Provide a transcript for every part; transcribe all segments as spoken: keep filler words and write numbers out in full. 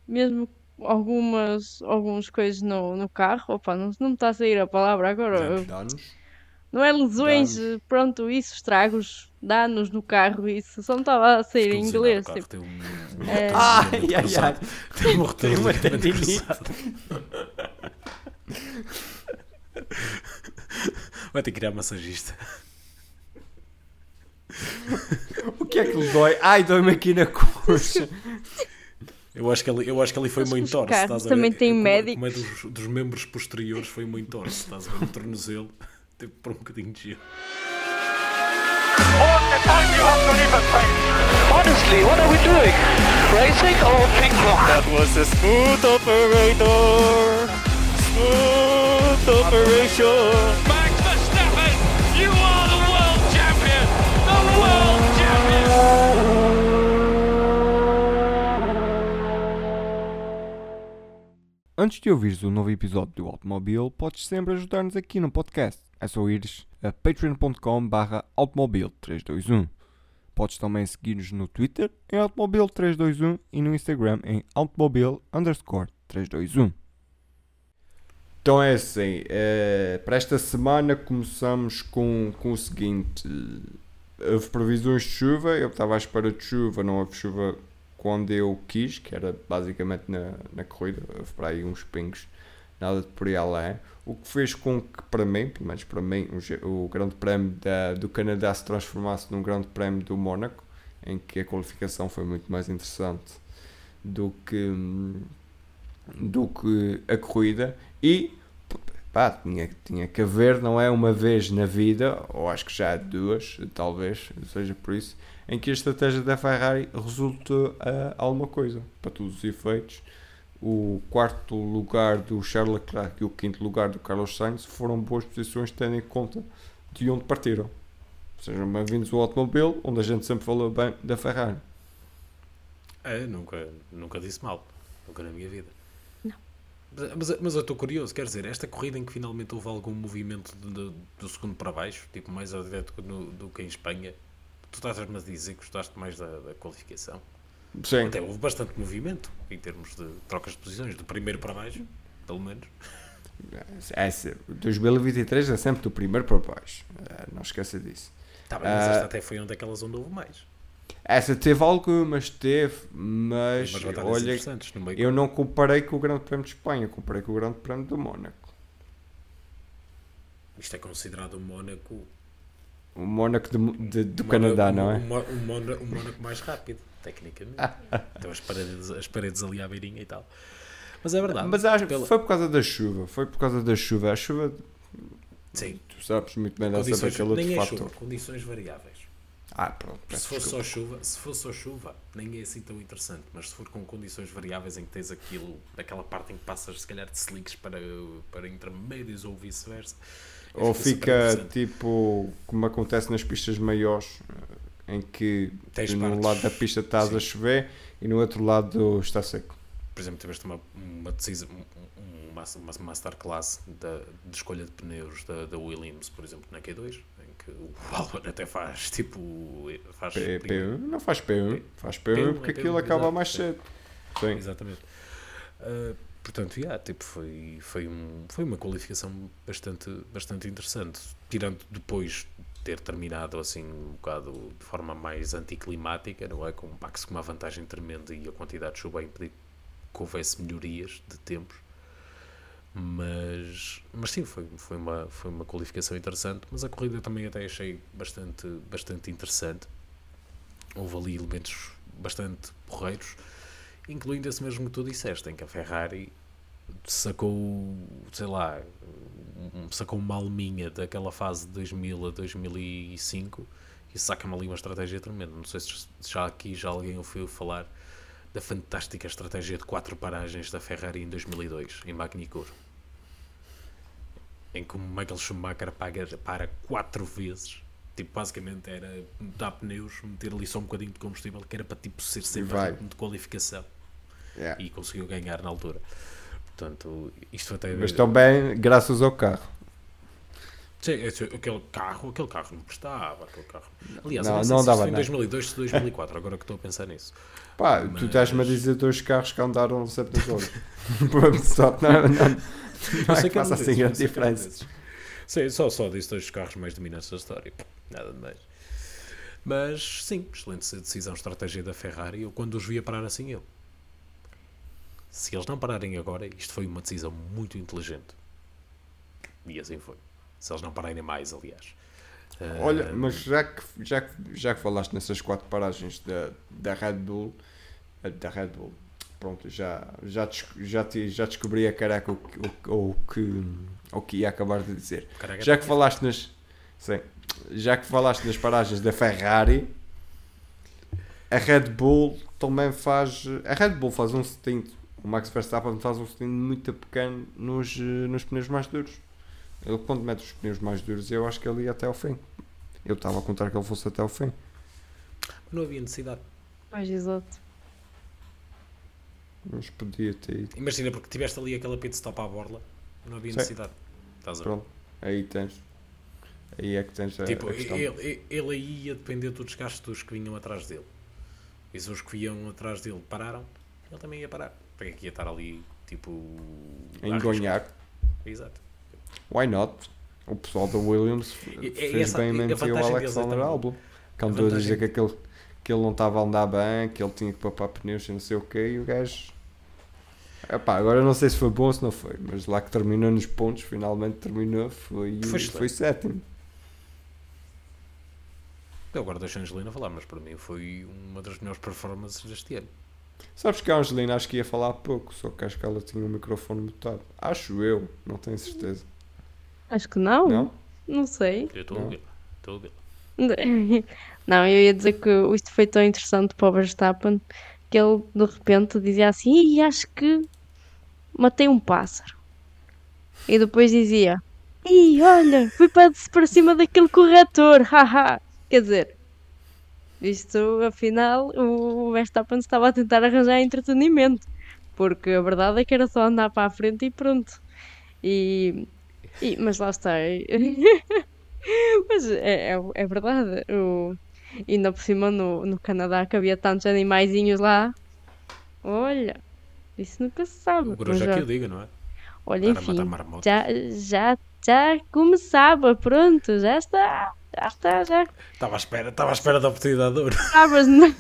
mesmo algumas, algumas coisas no, no carro, opa, não, não me está a sair a palavra agora. Danos. eu- Não é lesões, Danos. eh, pronto, isso, estragos, danos no carro, isso, só me estava a sair em Exclusionar o inglês, carro, tipo, tem um, um rotor de é, Ai, ligamento ai, ai. cruzado. Tem um rotor Tem de uma ligamento tendinite. cruzado. Vai ter que criar massagista. O que é que lhe dói? Ai, dói-me aqui na coxa. Eu acho que ali, eu acho que ali foi acho uma que os entorse, carros estás a também ver? têm É como, como é médicos. dos, dos membros posteriores foi uma entorse, estás a ver? No tornozelo, teve por um bocadinho de gelo. All the time you have to leave a train. Honestly, what are we doing? Racing or ping pong? That was a smooth operator. Smooth operation. Max Verstappen, you are the world champion! The world champion! Antes de ouvires o novo episódio do Automobile, podes sempre ajudar-nos aqui no podcast. É só ires a patreon ponto com barra automobile três dois um. Podes também seguir-nos no Twitter em automobile três dois um e no Instagram em automobile underscore três dois um. Então é assim, é, para esta semana começamos com, com o seguinte: houve previsões de chuva, eu estava à espera de chuva, não houve chuva quando eu quis, que era basicamente na, na corrida, houve para aí uns pingos, nada de por aí além, o que fez com que para mim, pelo menos para mim, o, o grande prémio da, do Canadá se transformasse num grande prémio do Mónaco, em que a qualificação foi muito mais interessante do que, do que a corrida, e pá, tinha, tinha que haver, não é uma vez na vida, ou acho que já há duas, talvez, seja por isso, em que a estratégia da Ferrari resultou a alguma coisa, para todos os efeitos. O quarto lugar do Charles Leclerc e o quinto lugar do Carlos Sainz foram boas posições, tendo em conta de onde partiram. Sejam bem-vindos ao automóvel, onde a gente sempre falou bem da Ferrari. É, nunca, nunca disse mal. Nunca na minha vida. Não. Mas, mas, mas eu estou curioso, quer dizer, esta corrida em que finalmente houve algum movimento de, de, do segundo para baixo, tipo mais atlético no, do que em Espanha, tu estás-me a dizer que gostaste mais da, da qualificação? Sim. Até houve bastante movimento em termos de trocas de posições, do primeiro para baixo, pelo menos. É, dois mil e vinte e três é sempre do primeiro para baixo, não esqueça disso. Tá bem, mas esta até foi onde aquelas onde houve mais. Essa teve algumas, teve, mas olha, eu não comparei com o Grande Prémio de Espanha, comparei com o Grande Prémio do Mónaco. Isto é considerado o Mónaco... O Mónaco de, de, do o Canadá, Mónaco, não é? O, o, Mónaco, o Mónaco mais rápido, tecnicamente. Então as paredes, as paredes ali à beirinha e tal. Mas é verdade. Mas acho, pela... foi por causa da chuva, foi por causa da chuva. A chuva, sim. Tu sabes muito bem dessa Condições, aquele outro nem é fator. chuva, condições variáveis. Ah, pronto. Se fosse só chuva, se fosse só chuva, nem é assim tão interessante. Mas se for com condições variáveis em que tens aquilo, aquela parte em que passas se calhar de slicks para, para intermédios ou vice-versa. Ou fica tipo como acontece nas pistas maiores, em que tens num partes, lado da pista estás sim. a chover e no outro lado está seco. Por exemplo, tiveste uma, uma decisão, uma, uma masterclass da, de escolha de pneus da, da Williams, por exemplo, na Q dois, em que o Albon até faz tipo. Faz P, P um, não faz P um, P, faz P um, P um porque P um, aquilo P um, acaba exato, mais cedo. Sim. Exatamente. Uh, portanto, yeah, tipo, foi, foi, um, foi uma qualificação bastante, bastante interessante. Tirando depois ter terminado assim um bocado de forma mais anticlimática, não é? Com o Max com uma vantagem tremenda e a quantidade de chuva a impedir que houvesse melhorias de tempos, mas, mas sim, foi, foi, uma, foi uma qualificação interessante, mas a corrida também até achei bastante, bastante interessante. Houve ali elementos bastante porreiros, incluindo esse mesmo que tu disseste, em que a Ferrari sacou, sei lá, sacou uma alminha daquela fase de dois mil a dois mil e cinco e saca-me ali uma estratégia tremenda. Não sei se já aqui já alguém ouviu falar da fantástica estratégia de quatro paragens da Ferrari em dois mil e dois, em Magny-Cours, em que o Michael Schumacher para, para quatro vezes, tipo, basicamente era dar pneus, meter ali só um bocadinho de combustível, que era para tipo ser sempre de qualificação, yeah. E conseguiu ganhar na altura. Portanto, isto até... Mas também graças ao carro. Sim, esse- aquele carro, aquele carro não prestava, aquele carro. Aliás, Não, eu não sei não se dava isso foi em nada. dois mil e dois, se dois mil e quatro, agora que estou a pensar nisso. Pá, tu Mas- estás-me a dizer dois carros que andaram sempre das horas. Pronto, não, não, não, não é sei que que faça é um assim desses, grande eu sei que é um diferença. desses. Sim, só, só disse dois carros mais dominantes da história. Nada de mais. Mas sim, excelente decisão, estratégia da Ferrari. Eu quando os vi a parar assim, eu. Se eles não pararem agora, isto foi uma decisão muito inteligente. E assim foi. Se eles não pararem mais, aliás. Olha, Ah, mas já que, já, que, já que falaste nessas quatro paragens da, da Red Bull, eh, da Red Bull, pronto, já, já, des- já, te- já descobri a careca o, que- o, o que, o que ia acabar de dizer. Caraca, Já que falaste nas, sim, já que falaste nas paragens da Ferrari, a Red Bull também faz, a Red Bull faz um stint, o Max Verstappen faz um stint muito pequeno nos, eh, nos pneus mais duros. Ele quando mete os pneus mais duros, eu acho que ele ia até ao fim. Eu estava a contar que ele fosse até ao fim. não havia necessidade. Pois, exato. Mas podia ter ido. Imagina, porque tiveste ali aquela pit stop à borla, não havia Sim. necessidade. Estás a ver? Pronto, aí tens. Aí é que tens a, Tipo, a questão. ele, ele aí ia depender do desgaste dos que vinham atrás dele. E se os que vinham atrás dele pararam, ele também ia parar. Para que é que ia estar ali, tipo... A a engonhar. arriscar? Exato. Why not? O pessoal da Williams E- e fez essa- bem e a mentir o vantagem deles é Alexander também- Albon. Que a andou a dizer vantagem- que, aquele, que ele não estava a andar bem, que ele tinha que papar pneus e não sei o que, e o gajo. Epá, agora não sei se foi bom ou se não foi, mas lá que terminou nos pontos, finalmente terminou, foi, Foi foi, excelente. sétimo. Eu agora deixo a Angelina falar, mas para mim foi uma das melhores performances deste ano. Sabes que a Angelina acho que ia falar há pouco, só que acho que ela tinha o microfone mutado. Acho eu, não tenho certeza. Acho que não. Não? Não sei. Eu estou a Não. ouvir. Estou a ouvir. Não, eu ia dizer que isto foi tão interessante para o Verstappen que ele de repente dizia assim: Ih, acho que matei um pássaro. E depois dizia: Ih, olha, fui para, para cima daquele corretor, haha. Quer dizer, isto afinal o Verstappen estava a tentar arranjar entretenimento, porque a verdade é que era só andar para a frente e pronto. E, e- mas lá está. Mas é, é, é verdade. O, ainda por cima no, no Canadá que havia tantos animaizinhos lá. Olha, isso nunca se sabe. O Mas já já- que eu diga, não é? olha, Estar a matar enfim, marmotas. já, já, já começava, pronto, já está, já está, já Estava à espera, estava à espera da oportunidade de ouro. estavas na...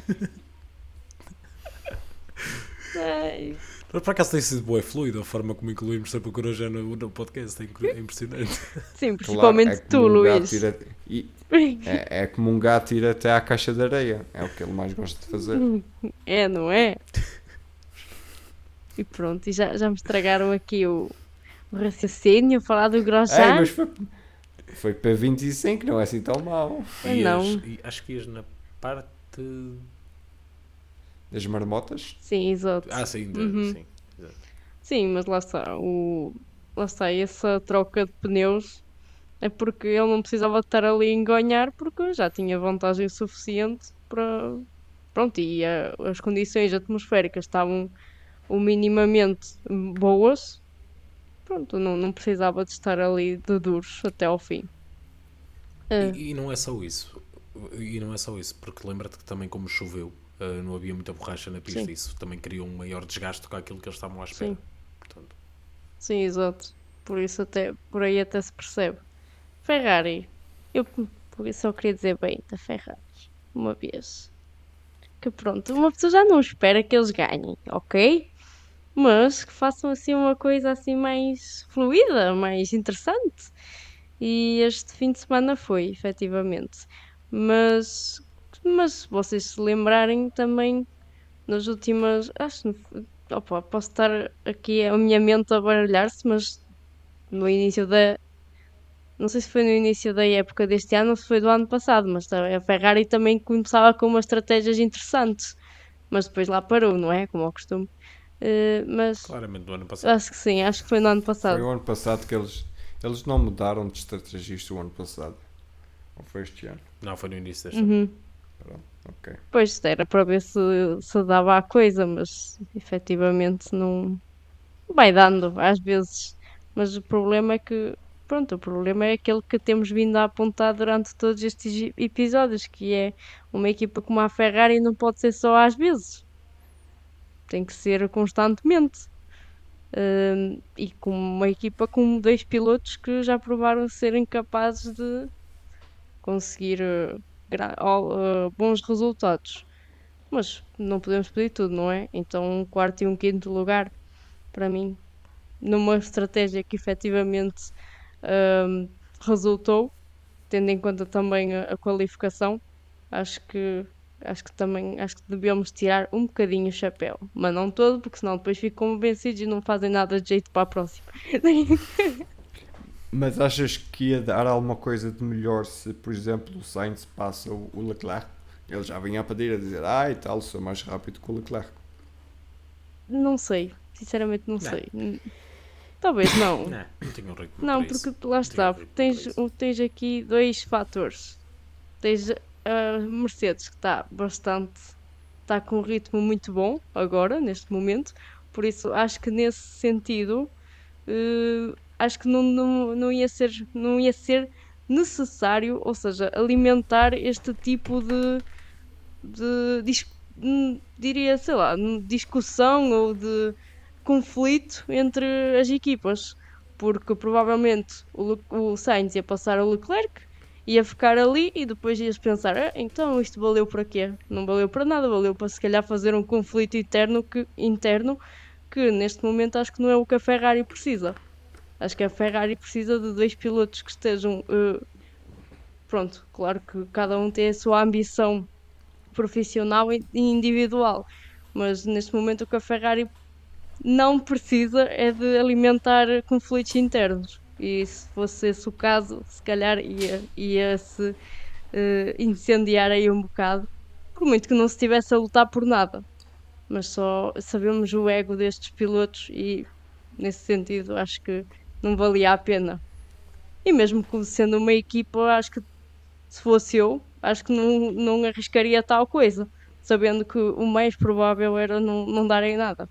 Ai, Mas por acaso tem sido boa e fluida a forma como incluímos sempre o Coruja no, no podcast. É incri- é impressionante. sim, Claro, principalmente é tu, como um gato Luís. ir a- e- é, é como um gato ir até à caixa de areia. É o que ele mais gosta de fazer. É, não é? E pronto, e já, já me estragaram aqui o, o raciocínio, falar do Ei, Grosjean. mas foi, foi para vinte e cinco, não é assim tão mal. É, Ias- não. e acho que ias na parte. As marmotas? Sim, exato. Ah, sim, de- Uhum. sim. Exato. Sim, mas lá está, o... lá está, essa troca de pneus é porque ele não precisava de estar ali a engonhar porque já tinha vantagem suficiente para... Pronto, e a- as condições atmosféricas estavam o minimamente boas, pronto, não, não precisava de estar ali de duros até ao fim. Ah, E, e não é só isso. E não é só isso, porque lembra-te que também como choveu, ah, não havia muita borracha na pista, Sim. isso também criou um maior desgaste do que aquilo que eles estavam à espera. Sim. Portanto, Sim, exato. Por isso até, por aí até se percebe. Ferrari. Eu por isso só queria dizer bem da Ferrari. Uma vez. Que pronto, uma pessoa já não espera que eles ganhem, ok? Mas que façam assim uma coisa assim mais fluida, mais interessante. E este fim de semana foi, efetivamente. Mas, mas se vocês se lembrarem também nas últimas. Acho que. Opa, posso estar aqui a minha mente a baralhar-se, mas no início da. Não sei se foi no início da época deste ano ou se foi do ano passado, mas a Ferrari também começava com umas estratégias interessantes. Mas depois lá parou, não é? Como ao costume. Eh, mas claramente do ano passado. acho que sim, acho que foi no ano Foi passado. o ano passado que eles, eles não mudaram de estrategista o ano passado. Ou foi este ano? Não, foi no início deste ano. Uhum. Pronto, ok. Pois era para ver se, se dava a coisa, mas efetivamente não vai dando às vezes. Mas o problema é que pronto, o problema é aquele que temos vindo a apontar durante todos estes e- episódios, que é uma equipa como a Ferrari não pode ser só às vezes, tem que ser constantemente. Hum, e com uma equipa com dois pilotos que já provaram serem capazes de conseguir eh, gra- ó, eh, bons resultados. Mas não podemos pedir tudo, não é? Então um quarto e um quinto lugar, para mim, numa estratégia que efetivamente hum, resultou, tendo em conta também a, a qualificação, acho que acho que também acho que devemos tirar um bocadinho o chapéu, mas não todo, porque senão depois ficam vencidos e não fazem nada de jeito para a próxima. Mas achas que ia dar alguma coisa de melhor se, por exemplo, o Sainz passa o o Leclerc? Ele já vinha a pedir a dizer, ah e tal, sou mais rápido que o Leclerc. Não sei, sinceramente não Não. sei. Hum, Talvez não. Não, não tinha um ritmo Não, para isso. porque lá Não tinha está, um porque ritmo para tens, isso. o- tens aqui dois fatores. Tens a Mercedes que está bastante, está com um ritmo muito bom agora, neste momento, por isso acho que nesse sentido, eh, acho que não, não, não ia ser, não ia ser necessário, ou seja, alimentar este tipo de, de dis- hum, diria, sei lá, hum, discussão ou de conflito entre as equipas, porque provavelmente o, Le- o Sainz ia passar o Leclerc, ia ficar ali e depois ias pensar, "Ah, então isto valeu para quê? Não valeu para nada, valeu para se calhar fazer um conflito interno que, interno que neste momento acho que não é o que a Ferrari precisa. Acho que a Ferrari precisa de dois pilotos que estejam, eh, pronto, claro que cada um tem a sua ambição profissional e e individual. Mas neste momento o que a Ferrari não precisa é de alimentar conflitos internos. E se fosse esse o caso, se calhar ia, ia se eh, incendiar aí um bocado. Por muito que não se estivesse a lutar por nada. Mas só sabemos o ego destes pilotos e nesse sentido acho que não valia a pena. E mesmo que sendo uma equipa, acho que se fosse eu, acho que não, não arriscaria tal coisa, sabendo que o mais provável era não, não darem nada.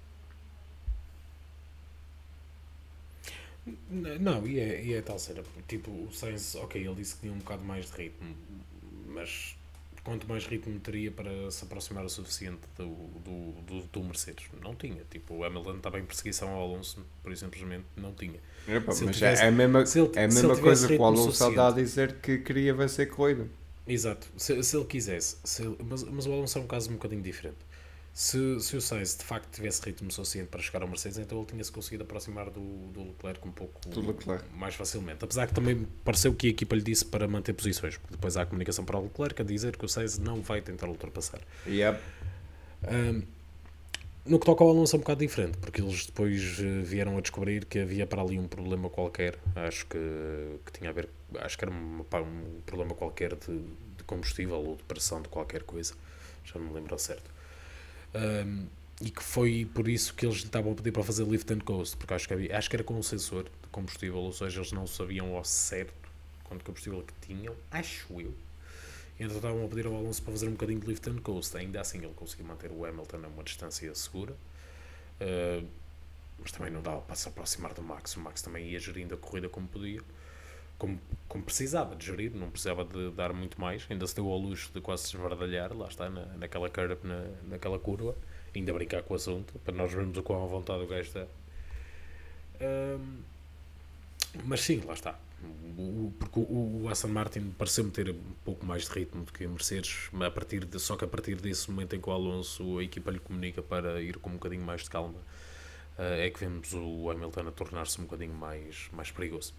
N- Não, e é, e é tal cena. Tipo, o Sainz, ok, ele disse que tinha um bocado mais de ritmo, mas quanto mais ritmo teria para se aproximar o suficiente do, do, do, do Mercedes? Não tinha. Tipo, o Hamilton estava em perseguição ao Alonso, por isso simplesmente não tinha. Epa, Se ele mas tivesse- é a mesma, se ele- é a se ele mesma tivesse coisa que o ritmo Alonso está a suficiente. dizer que queria vencer corrida. Exato, se, se ele quisesse, se ele- mas, mas o Alonso é um caso um bocadinho diferente. Se, se o Sainz de facto tivesse ritmo suficiente para chegar ao Mercedes, então ele tinha-se conseguido aproximar do, do Leclerc um pouco Do Leclerc. mais facilmente. Apesar que também pareceu que a equipa lhe disse para manter posições, porque depois há a comunicação para o Leclerc a dizer que o Sainz não vai tentar ultrapassar. Yep. Ahm, no que toca ao Alonso é um bocado diferente, porque eles depois eh, vieram a descobrir que havia para ali um problema qualquer, acho que, que tinha a ver, acho que era uma- pá, um problema qualquer de, de combustível ou de pressão de qualquer coisa, já não me lembro ao certo. Ahm, e que foi por isso que eles lhe estavam a pedir para fazer lift and coast, porque acho que, havia, acho que era com um sensor de combustível, ou seja, eles não sabiam ao certo quanto combustível que tinham, acho eu. E então estavam a pedir ao Alonso para fazer um bocadinho de lift and coast. Ainda assim ele conseguiu manter o Hamilton a uma distância segura, uh, mas também não dava para se aproximar do Max. O Max também ia gerindo a corrida como podia, como, como precisava de gerir, não precisava de dar muito mais. Ainda se deu ao luxo de quase se esbardalhar, lá está, na, naquela curva, na, naquela curva, ainda brincar com o assunto, para nós vermos o quão à vontade o gajo está. Um, mas sim, lá está. O, porque o, o Aston Martin pareceu-me ter um pouco mais de ritmo do que a Mercedes, a partir de, só que a partir desse momento em que o Alonso, a equipa lhe comunica para ir com um bocadinho mais de calma, uh, é que vemos o Hamilton a tornar-se um bocadinho mais, mais perigoso.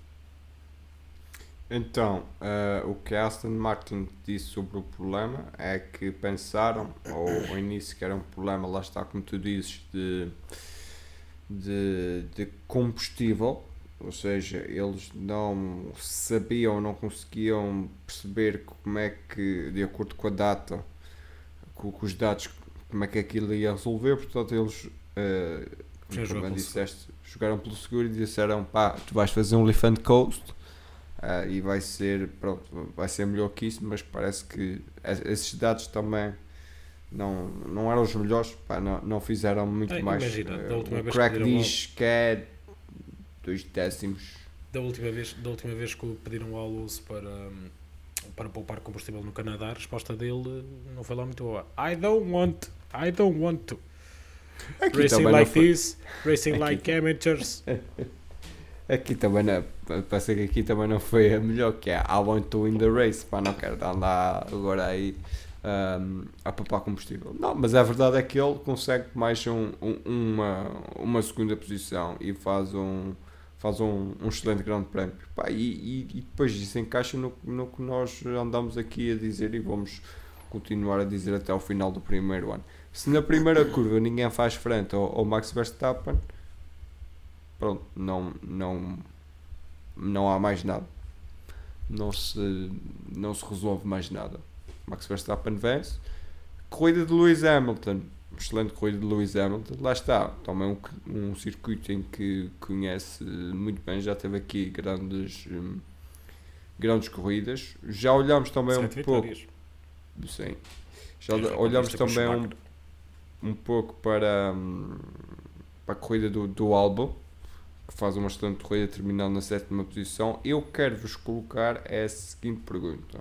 Então, uh, o que a Aston Martin disse sobre o problema é que pensaram, ou ao início que era um problema, lá está como tu dizes, de, de, de combustível, ou seja, eles não sabiam, não conseguiam perceber como é que, de acordo com a data, com, com os dados, como é que aquilo ia resolver, portanto eles, uh, como Jogaram pelo disseste, jogaram pelo seguro e disseram, pá, tu vais fazer um lift and coast, Uh, e vai ser, pronto, vai ser melhor que isso, mas parece que esses dados também não, não eram os melhores, pá, não, não fizeram muito É, mais. imagina, da Uh, última o vez Crack que pediram diz que é dois décimos da última vez, da última vez que pediram ao Alonso para, hum, para poupar combustível no Canadá, a resposta dele não foi lá muito boa. I don't want, I don't want to. Aqui Racing também like não foi- this, racing Aqui- like amateurs. Aqui também não, parece que aqui também não foi a melhor, que é I want to win the race, pá, não quero andar agora aí um, a papar combustível. Não, mas a verdade é que ele consegue mais um, um- uma, uma segunda posição e faz um, faz um, um excelente grande prémio. Pá, e, e, e depois isso encaixa no, no que nós andamos aqui a dizer e vamos continuar a dizer até ao final do primeiro ano. Se na primeira curva ninguém faz frente ao, ao Max Verstappen, pronto, não, não, não há mais nada. Não se, não se resolve mais nada. Max Verstappen vence. Corrida de Lewis Hamilton. Excelente corrida de Lewis Hamilton. Lá está. Também um, um circuito em que conhece muito bem. Já teve aqui grandes, hum, grandes corridas. Já olhamos também um Sete pouco. vitórias. Sim. Já Teve a olhamos conquista com o também um, Schumacher. um pouco para, hum, para a corrida do, do Albon, que faz uma excelente corrida terminando na sétima posição. Eu quero-vos colocar a seguinte pergunta.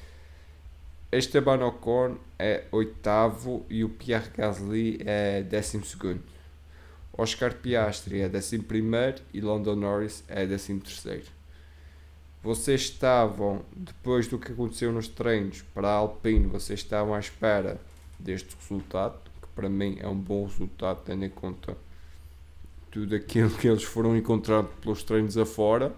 Esteban Ocon é oitavo e o Pierre Gasly é décimo segundo. Oscar Piastri é décimo primeiro e Lando Norris é décimo terceiro. Vocês estavam, depois do que aconteceu nos treinos para a Alpine, vocês estavam à espera deste resultado, que para mim é um bom resultado, tendo em conta tudo aquilo que eles foram encontrar pelos treinos afora.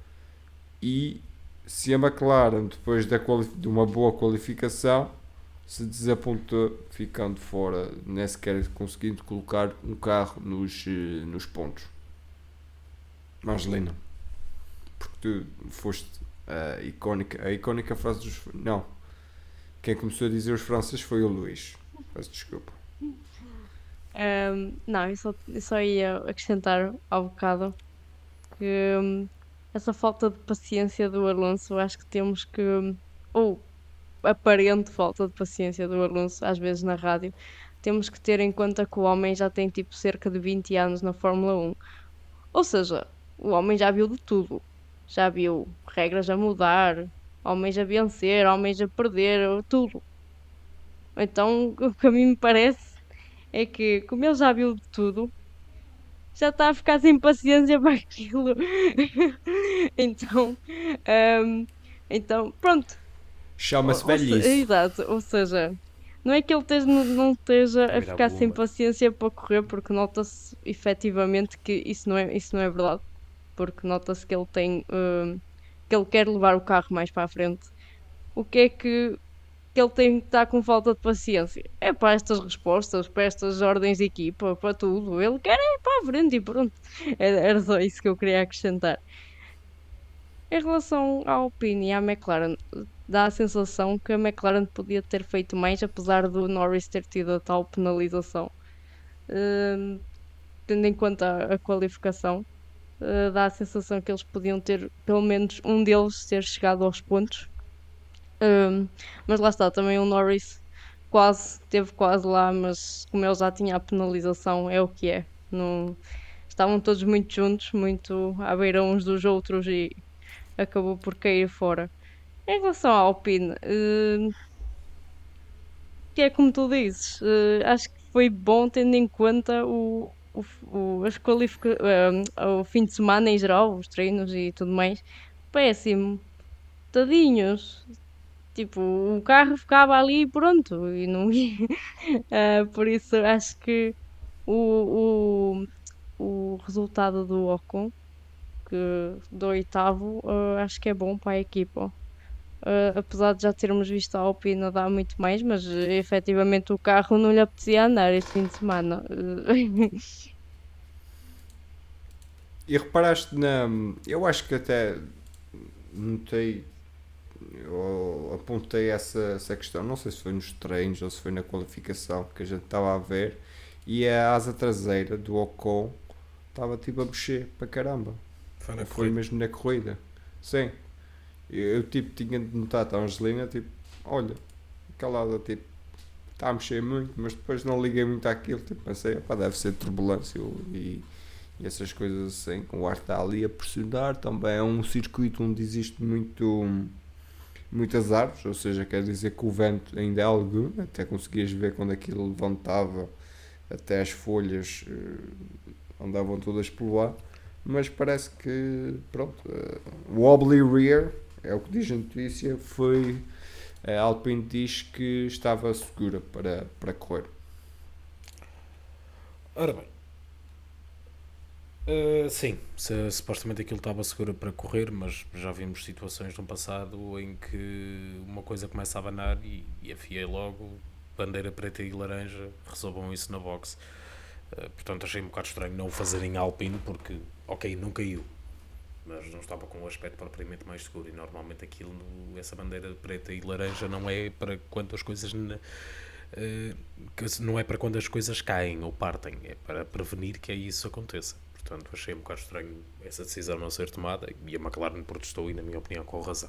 E se a McLaren, depois da quali- de uma boa qualificação, se desapontou, ficando fora, nem sequer conseguindo colocar um carro nos, eh, nos pontos. Margelina, porque tu foste a icónica, a icónica frase dos... Não, quem começou a dizer os franceses foi o Luís. Peço desculpa. Ahm, não, eu só, eu só ia acrescentar ao bocado que hum, essa falta de paciência do Alonso, acho que temos que, hum, ou aparente falta de paciência do Alonso, às vezes na rádio, temos que ter em conta que o homem já tem tipo cerca de vinte anos na Fórmula um. Ou seja, o homem já viu de tudo. Já viu regras a mudar, homens a vencer, homens a perder, tudo. Então, o que a mim me parece é que, como ele já viu de tudo, já está a ficar sem paciência para aquilo. Então, ahm, então, pronto. Chama-se Ou- ou se- velhice. Exato, ou seja, não é que ele esteja, não, não esteja a Virar ficar sem bomba. paciência para correr, porque nota-se efetivamente que isso não é, isso não é verdade. Porque nota-se que ele tem, hum, que ele quer levar o carro mais para a frente. O que é que, que ele tem que estar com falta de paciência? É para estas respostas, para estas ordens de equipa, para tudo. Ele quer é para a frente e pronto. Era, era só isso que eu queria acrescentar. Em relação à Alpine e à McLaren, dá a sensação que a McLaren podia ter feito mais, apesar do Norris ter tido a tal penalização. Hum, tendo em conta a, a qualificação, uh, dá a sensação que eles podiam ter, pelo menos um deles, ter chegado aos pontos. Hum, mas lá está, também o Norris quase, esteve quase lá, mas como ele já tinha a penalização, é o que é. Não, estavam todos muito juntos, muito à beira uns dos outros e acabou por cair fora. Em relação à Alpine, eh, que é como tu dizes, eh, acho que foi bom tendo em conta o, o, o, as qualifica eh, o fim de semana em geral, os treinos e tudo mais. Péssimo. Tadinhos. Tipo, o carro ficava ali e pronto, e não ia. Eh, por isso acho que o, o, o resultado do Ocon, que do oitavo, eh, acho que é bom para a equipa. Uh, apesar de já termos visto a Alpine nadar muito mais, mas uh, efetivamente o carro não lhe apetecia andar este fim de semana. Uh, E reparaste na. Eu acho que até notei. Eu apontei essa, essa questão. Não sei se foi nos treinos ou se foi na qualificação que a gente estava a ver. E a asa traseira do Ocon estava tipo a mexer para caramba. Foi na Foi corrida. mesmo na corrida. Sim. Eu, eu, tipo tinha de notar a Angelina, tipo, olha, aquela asa tipo está a mexer muito, mas depois não liguei muito àquilo, tipo, pensei, pá, deve ser turbulência e, e essas coisas assim, o ar está ali a pressionar, também é um circuito onde existe muito, muitas árvores, ou seja, quer dizer que o vento ainda é algum, até conseguias ver quando aquilo levantava, até as folhas eh, andavam todas por lá, mas parece que, pronto, eh, o wobbly rear, é o que diz a notícia, foi, a Alpine diz que estava segura para, para correr. Ora bem, Uh, sim, se- supostamente aquilo estava seguro para correr, mas já vimos situações no passado em que uma coisa começa a abanar e, e a F I A logo, bandeira preta e laranja, resolvam isso na box. Uh, portanto, achei um bocado estranho não o fazer em Alpine, porque, ok, não caiu, mas não estava com um aspecto propriamente mais seguro. E normalmente aquilo, no- essa bandeira preta e laranja não é para quando as coisas. na- uh, que se- não é para quando as coisas caem ou partem, é para prevenir que isso aconteça. Portanto, achei um bocado estranho essa decisão não ser tomada e a McLaren protestou e, na minha opinião, com razão.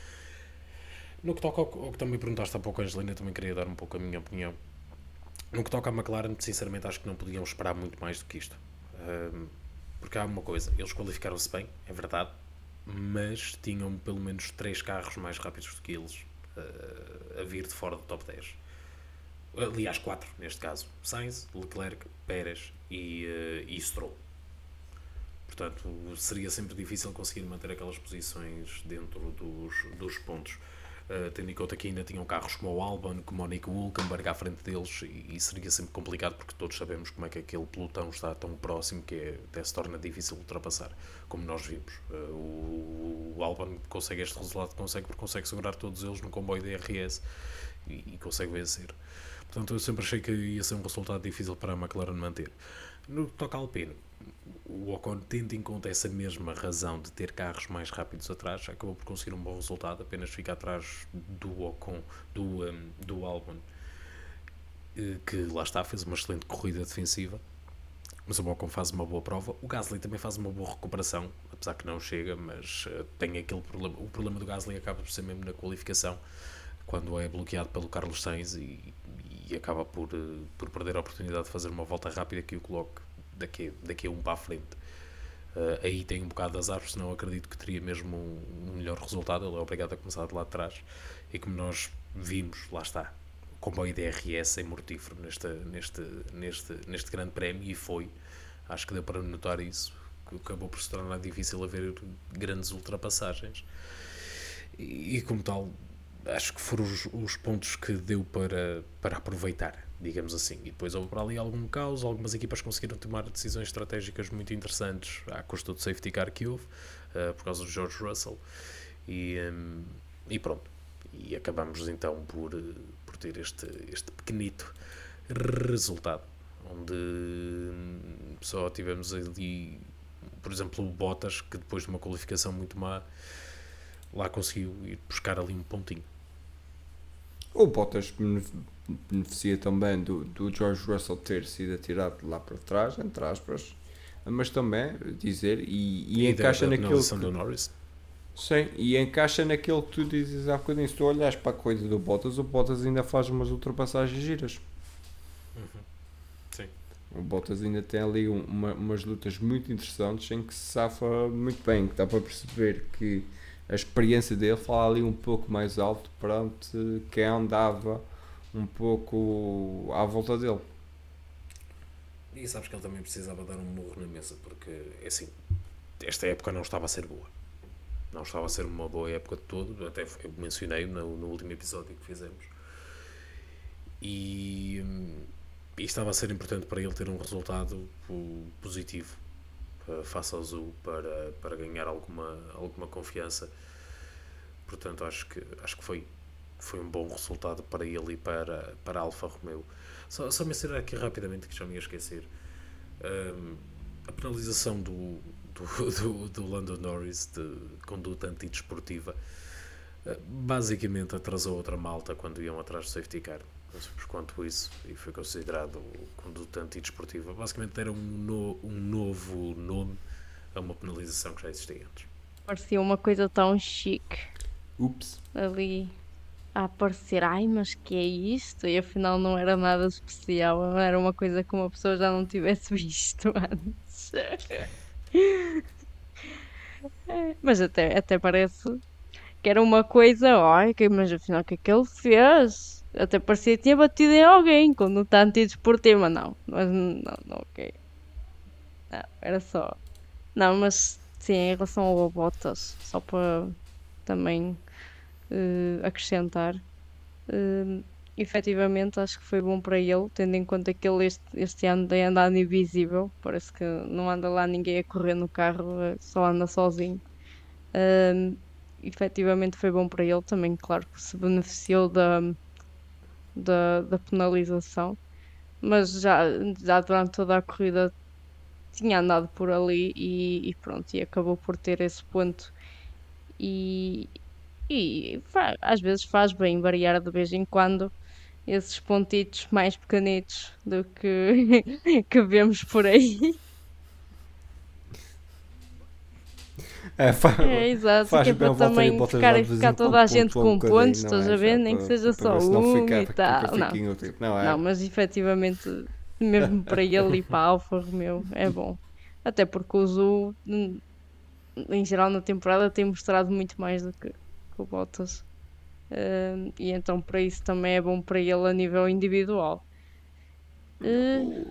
No que toca ao, ao que também perguntaste há pouco, Angelina, também queria dar um pouco a minha opinião. No que toca à McLaren, sinceramente, acho que não podiam esperar muito mais do que isto. Ahm, porque há uma coisa, eles qualificaram-se bem, é verdade, mas tinham pelo menos três carros mais rápidos do que eles ah, a vir de fora do top dez. Aliás, quatro neste caso: Sainz, Leclerc, Pérez e, uh, e Stroll. Portanto, seria sempre difícil conseguir manter aquelas posições dentro dos, dos pontos. Uh, tendo em conta que ainda tinham carros como o Albon, como o Nico Hülkenberg à frente deles, e, e seria sempre complicado porque todos sabemos como é que aquele pelotão está tão próximo que é, até se torna difícil ultrapassar, como nós vimos. Uh, o, o Albon consegue este resultado, consegue porque consegue segurar todos eles no comboio D R S e, e consegue vencer. Portanto, eu sempre achei que ia ser um resultado difícil para a McLaren manter. No que toca ao Alpine, o Ocon, tendo em conta essa mesma razão de ter carros mais rápidos atrás, acabou por conseguir um bom resultado, apenas fica atrás do Ocon, do, um, do Albon, que lá está, fez uma excelente corrida defensiva, mas o Ocon faz uma boa prova. O Gasly também faz uma boa recuperação, apesar que não chega, mas uh, tem aquele problema. O problema do Gasly acaba por ser mesmo na qualificação, quando é bloqueado pelo Carlos Sainz e, e acaba por, uh, por perder a oportunidade de fazer uma volta rápida que o coloque daqui, daqui a um para a frente. Uh, aí tem um bocado de azar, senão acredito que teria mesmo um, um melhor resultado. Ele é obrigado a começar de lá de trás e, como nós vimos, lá está, o comboio D R S é mortífero neste, neste, neste, neste grande prémio, e foi, acho que deu para notar isso, que acabou por se tornar difícil haver grandes ultrapassagens e, e como tal, acho que foram os, os pontos que deu para, para aproveitar, digamos assim. E depois houve para ali algum caos, algumas equipas conseguiram tomar decisões estratégicas muito interessantes à custa do safety car que houve, uh, por causa do George Russell, e, um, e pronto, e acabamos então por, por ter este, este pequenito resultado, onde só tivemos ali, por exemplo, o Bottas, que depois de uma qualificação muito má, lá conseguiu ir buscar ali um pontinho. O Bottas beneficia também do, do George Russell ter sido atirado lá para trás, entre aspas, mas também dizer, e, e, E encaixa da, da naquilo que, do Norris. Sim, e encaixa naquilo que tu dizes há bocadinho. Se tu olhas para a coisa do Bottas, o Bottas ainda faz umas ultrapassagens giras. Uhum. Sim. O Bottas ainda tem ali um, uma, umas lutas muito interessantes em que se safa muito bem, que dá para perceber que a experiência dele fala ali um pouco mais alto perante quem andava um pouco à volta dele. E sabes que ele também precisava dar um murro na mesa, porque, é assim, esta época não estava a ser boa. Não estava a ser uma boa época de todo, até eu mencionei no, no último episódio que fizemos. E, e estava a ser importante para ele ter um resultado positivo face ao Zhou, para, para ganhar alguma, alguma confiança. Portanto, acho que, acho que foi, foi um bom resultado para ele e para, para a Alfa Romeo. Só, só mencionar aqui rapidamente, que já me ia esquecer, um, a penalização do, do, do, do Lando Norris de conduta antidesportiva. Basicamente atrasou outra malta quando iam atrás do safety car, não sei por quanto isso, e foi considerado conduta antidesportiva. Basicamente deram um, no, um novo nome a uma penalização que já existia antes. Parecia uma coisa tão chique Ups. ali a aparecer, ai, mas que é isto? E afinal não era nada especial, era uma coisa que uma pessoa já não tivesse visto antes. Mas até, até parece que era uma coisa, ai, que- mas afinal o que é que ele fez? Até parecia que tinha batido em alguém quando está antidesportivo, mas não, mas não, não, ok. Não, era só. Não, mas sim, em relação ao Bottas, só para também eh, acrescentar, eh, efetivamente acho que foi bom para ele, tendo em conta que ele este, este ano tem andado invisível, parece que não anda lá ninguém a correr no carro, eh, só anda sozinho. Ahm, Efetivamente foi bom para ele também, claro que se beneficiou da, da, da penalização, mas já, já durante toda a corrida tinha andado por ali e, e pronto, e acabou por ter esse ponto e, e fa- às vezes faz bem variar de vez em quando esses pontitos mais pequenitos do que, que vemos por aí. É, fa- É, exato, faz que é bem para o Valtteri também Bottas lá ficar, de vez ficar em quando toda a gente pontua um com bocadinho, pontos, não estás é? a Já ver? Nem que para, seja para só ver se não um fica, e fica tal. Não, fiquinho, tipo, não não, é? mas efetivamente, mesmo para ele e para a Alfa Romeo, é bom. Até porque o Zul, hum, em geral, na temporada tem mostrado muito mais do que, que o Bottas. Hum, e então, para isso, também é bom para ele a nível individual. Eh,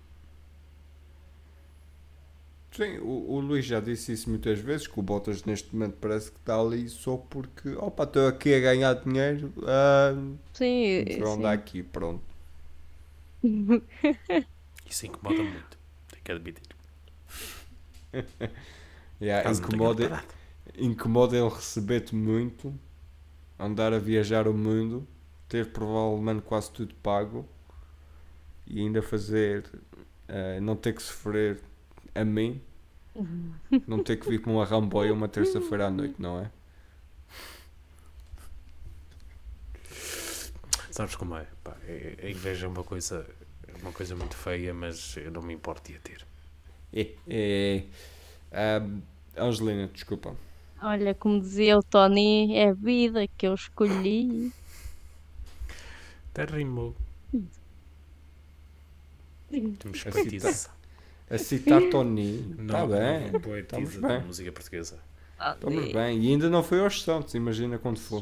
Sim, o, o Luís já disse isso muitas vezes, que o Bottas neste momento parece que está ali só porque, opa, estou aqui a ganhar dinheiro, ah, sim, eh, vou andar sim. aqui, pronto. Isso incomoda muito, tenho que admitir. Yeah, Caso não tenha incomoda, reparado. incomoda ele receber-te muito, andar a viajar o mundo, ter provavelmente quase tudo pago e ainda fazer, ah, não ter que sofrer a mim, não ter que vir com uma ramboia uma terça-feira à noite, não é? Sabes como é? Pá, é- a inveja é uma coisa, é uma coisa muito feia, mas eu não me importo de a ter. É, é, ah, Angelina, desculpa. Olha, como dizia o Tony, é a vida que eu escolhi. Até rimou. Temos A poetisa. A citar Tony, está Não, bem, não, poetisa estamos da bem. música portuguesa. Estamos bem. E ainda não foi aos Santos, imagina quando for.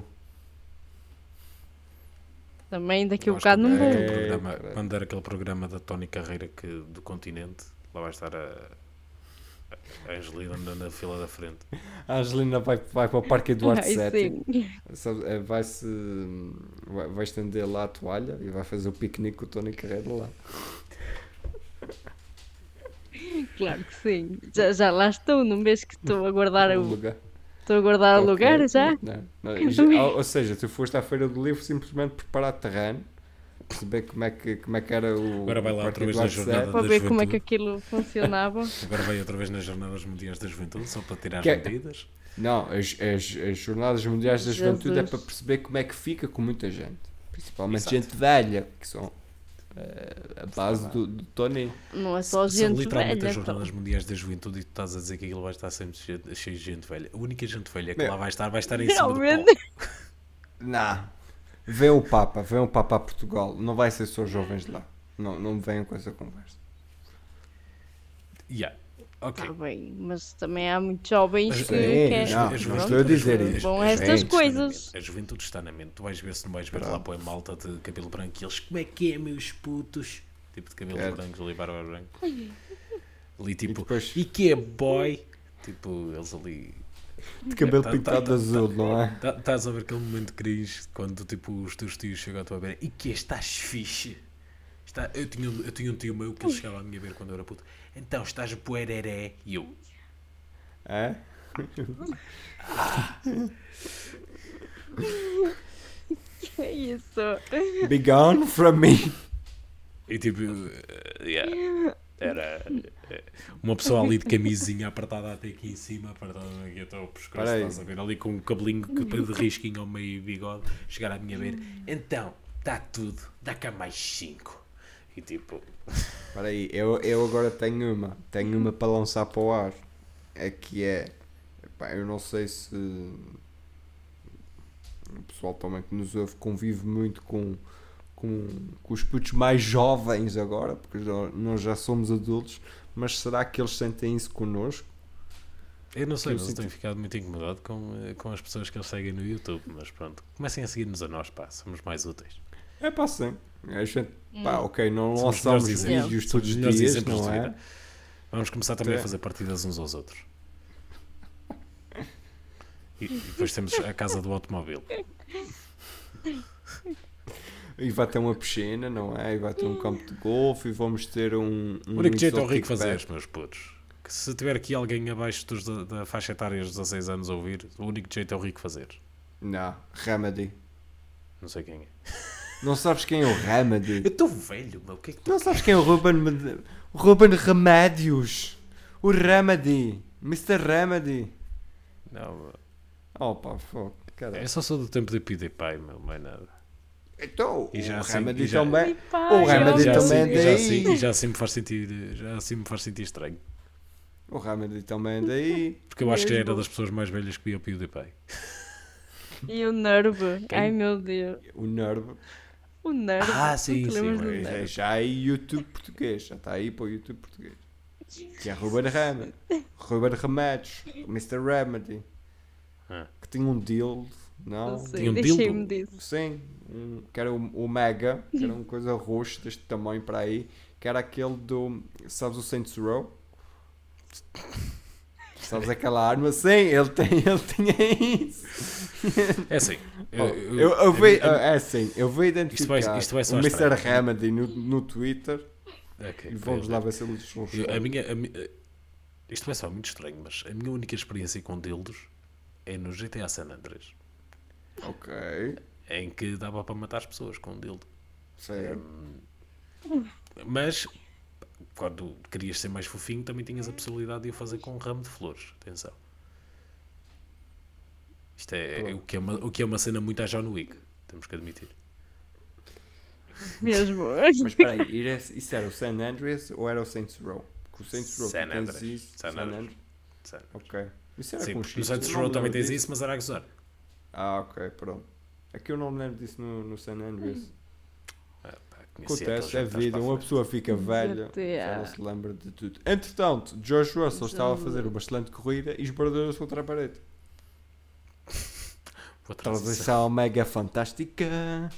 Também daqui a um Eu acho que bocado não quando der vou. É, aquele programa- caralho. Quando der aquele programa da Tony Carreira que, do continente, lá vai estar a, a Angelina na, na fila da frente. A Angelina vai, vai para o Parque Eduardo Ai, sétimo. sim. Sabe, é, Vai-se. Vai, vai estender lá a toalha e vai fazer o piquenique com o Tony Carreira lá. Claro que sim. Já, já lá estou, num mês que estou a guardar No o, lugar. estou a guardar o Ok. lugar já. Não, não, já- ou, ou seja, tu foste à Feira do Livro simplesmente preparar terreno, perceber como é que, como é que era o. Agora vai lá o Parque outra vez na Eduardo jornada sétimo. Para da ver como é que juventude. aquilo funcionava. Agora vai outra vez nas Jornadas Mundiais da Juventude, só para tirar Que é- as medidas. Não, as, as, as Jornadas Mundiais da Juventude é Jesus. para perceber como é que fica com muita gente. Principalmente Exato. gente velha, que são eh, a base do, do Tony. Não é só São gente literalmente velha. as Jornadas Então. Mundiais da Juventude e tu estás a dizer que aquilo vai estar sempre cheio, cheio de gente velha. A única gente velha que Meu. lá vai estar, vai estar em cima do Realmente. pó. Não. Vem o Papa, vem o Papa a Portugal. Não vai ser só jovens de lá. Não, não me venham com essa conversa. Yeah. Ok. Está bem, mas também há muitos jovens Mas, que sim, querem. não, Pronto, não estou a dizer ju- isso. Vão a a juventude estas está na coisas. mente. A juventude está na mente. Tu vais ver se não vais ver lá Pronto. para a malta de cabelo branco e eles, como é que é, meus putos? Tipo de cabelos Certo. brancos ali, barba branca. Ali E tipo, depois e que é boy? Tipo, eles ali. de cabelo Tá- pintado tá- de azul, não é? Tá- Estás a ver aquele momento de crise quando tipo, os teus tios chegam à tua beira e que estás fixe? Está, eu, tinha, eu tinha um tio meu que ele chegava à minha beira quando eu era puto. Então estás puereré e eu. É? É isso. Be gone from me. E tipo, eh, yeah, era eh, uma pessoa ali de camisinha apertada até aqui em cima, apertada aqui até ao pescoço, Para aí. estás a ver? Ali com um cabelinho que- de risquinho ao meio e bigode, chegar à minha beira. Então, está tudo, dá cá mais cinco. E tipo, Espera aí, eu, eu agora tenho uma. Tenho uma para lançar para o ar. É que é. Epá, eu não sei se. O pessoal também que nos ouve convive muito com, com, com os putos mais jovens agora, porque já- nós já somos adultos. mas será que eles sentem isso connosco? Eu não sei, Eu mas eu sinto- tenho ficado muito incomodado com, eh, com as pessoas que eles seguem no YouTube, mas pronto, comecem a seguir-nos a nós, pá, somos mais úteis. É pá, sim. A gente, pá, ok, não Somos lançamos melhores exemplos. vídeos Somos todos os melhores dias, exemplos não de é? vida. Vamos começar também É. a fazer partidas uns aos outros. E, e depois temos a casa do automóvel. E vai ter uma piscina, não é? E vai ter um campo de golfe e vamos ter um. um O único jeito é o exotic rico fazer, pet. meus putos. Que se tiver aqui alguém abaixo dos, da, da faixa etária dos dezasseis anos a ouvir, o único jeito é o rico fazer. Não, Remedy. Não sei quem é. Não sabes quem é o Remedy? Eu estou velho, meu. O que é que tu Não sabes quem é o Ruben, Med- o Ruben Remédios? O Remedy. mister Remedy. Não, meu. Oh pá, fogo. Caralho. Eu só sou do tempo de PewDiePie, meu, mais nada. Então, E já o assim- Remedy e já- também. Pai, O Remedy E já, também assim, é e já, daí. assim, e já assim me faz sentir, já assim me faz sentir estranho. O Remedy também é daí. Porque eu acho que já era Mesmo. das pessoas mais velhas que via o PewDiePie. E o Nerve. Ai meu Deus. O Nerve. O Nerve. Ah, Não sim, te sim, lembras do mas Já, Nerve? já é YouTube português. Já está aí para o YouTube português. Que é Ruben Remedy. Ruben Remédios. mister Remedy. Ah. Que tinha um deal. Não Não? sei, Tinha um deixei-me dildo? disso. Sim, um, que era o, o Mega, que era uma coisa roxa deste tamanho para aí, que era aquele do. Sabes o Saints Row? Sabes aquela arma? Sim, ele, tem, ele tinha isso. É assim. Oh, eu, eu, vi, é assim, eu vou identificar Isto vai- isto vai soar o mister estranho. Remedy no, no Twitter Ok, e vamos pois lá é. ver se eles vão Eu- a minha, a mi- Isto vai soar muito estranho, mas a minha única experiência com dildos é no G T A San Andreas, Ok, em que dava para matar as pessoas com um dildo. certo. Mas quando querias ser mais fofinho, também tinhas a possibilidade de o fazer com um ramo de flores. Atenção. Isto é, é o, que é uma, o que é uma cena muito a John Wick, temos que admitir. Mesmo. Mas espera aí, isso isso era o San Andreas ou era o Saints Row? Porque o Saints Row San tu tens Andreas. isso. San San Andreas. Andreas. Sério. Ok. Isso era Sim, com porque no X. Saints eu não Row me também lembro tens disso. isso, mas era a gozar. Ah, ok, pronto. É que eu não me lembro disso no, no San Andreas. Ah, pá, conheci Acontece, é aqueles jantares vida, para a uma frente. pessoa fica velha, G T A. já não se lembra de tudo. Entretanto, George Russell estava a fazer uma excelente corrida e esbardou-se contra a parede. Vou atrás disso. Transição mega fantástica.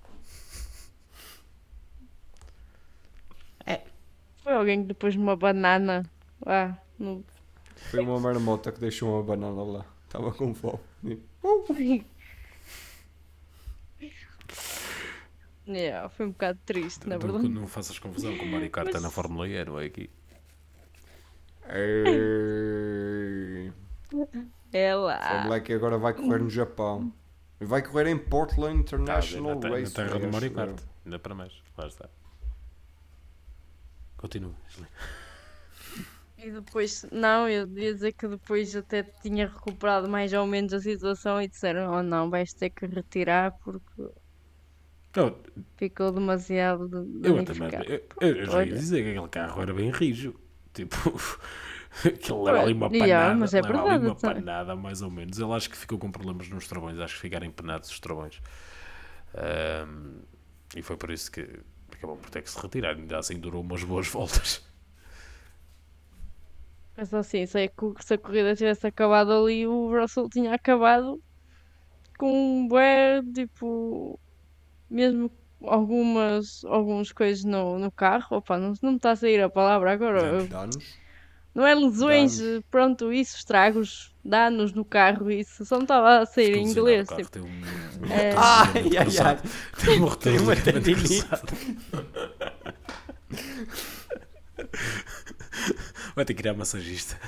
Foi alguém que depois de uma banana lá no. Foi uma marmota que deixou uma banana lá. Estava com fome. Yeah, foi um bocado triste, na Não, verdade. não faças confusão com o Mario Kart está na Fórmula E, não é aqui. Ei. É O lá. moleque agora vai correr no Japão. E vai correr em Portland Está a ver, International na, te- na Race. terra do Mario Kart. Ainda para mais. Lá está. Continua. Ashley. E depois, não, eu devia dizer que depois até tinha recuperado mais ou menos a situação e disseram: oh não, vais ter que retirar porque Eu, ficou demasiado de- eu, também, danificado. eu, eu, eu já ia Olha. dizer que aquele carro era bem rijo. Tipo, aquele leva ali uma Olha, panada. yeah, mas é leva ali verdade, uma então. panada, mais ou menos. Ele acho que ficou com problemas nos travões. Acho que ficaram empenados os travões. Ahm, e foi por isso que acabou por ter que se retirar. Ainda assim durou umas boas voltas. Mas assim, sei que se a corrida tivesse acabado ali, o Russell tinha acabado com um bué, tipo, mesmo algumas, algumas coisas no, no carro. Opa, não, não me está a sair a palavra agora. eu- Danos. Não é lesões, Danos. pronto, isso, estragos, danos no carro, isso. Só não estava a sair em Ficou inglês. lesionado, o Tipo, carro tem um, um É. rotadozinho Ai, ai, ai. cruzado. Tem um Tem uma rotadozinho tendinite. cruzado. Vai ter que ir à massagista.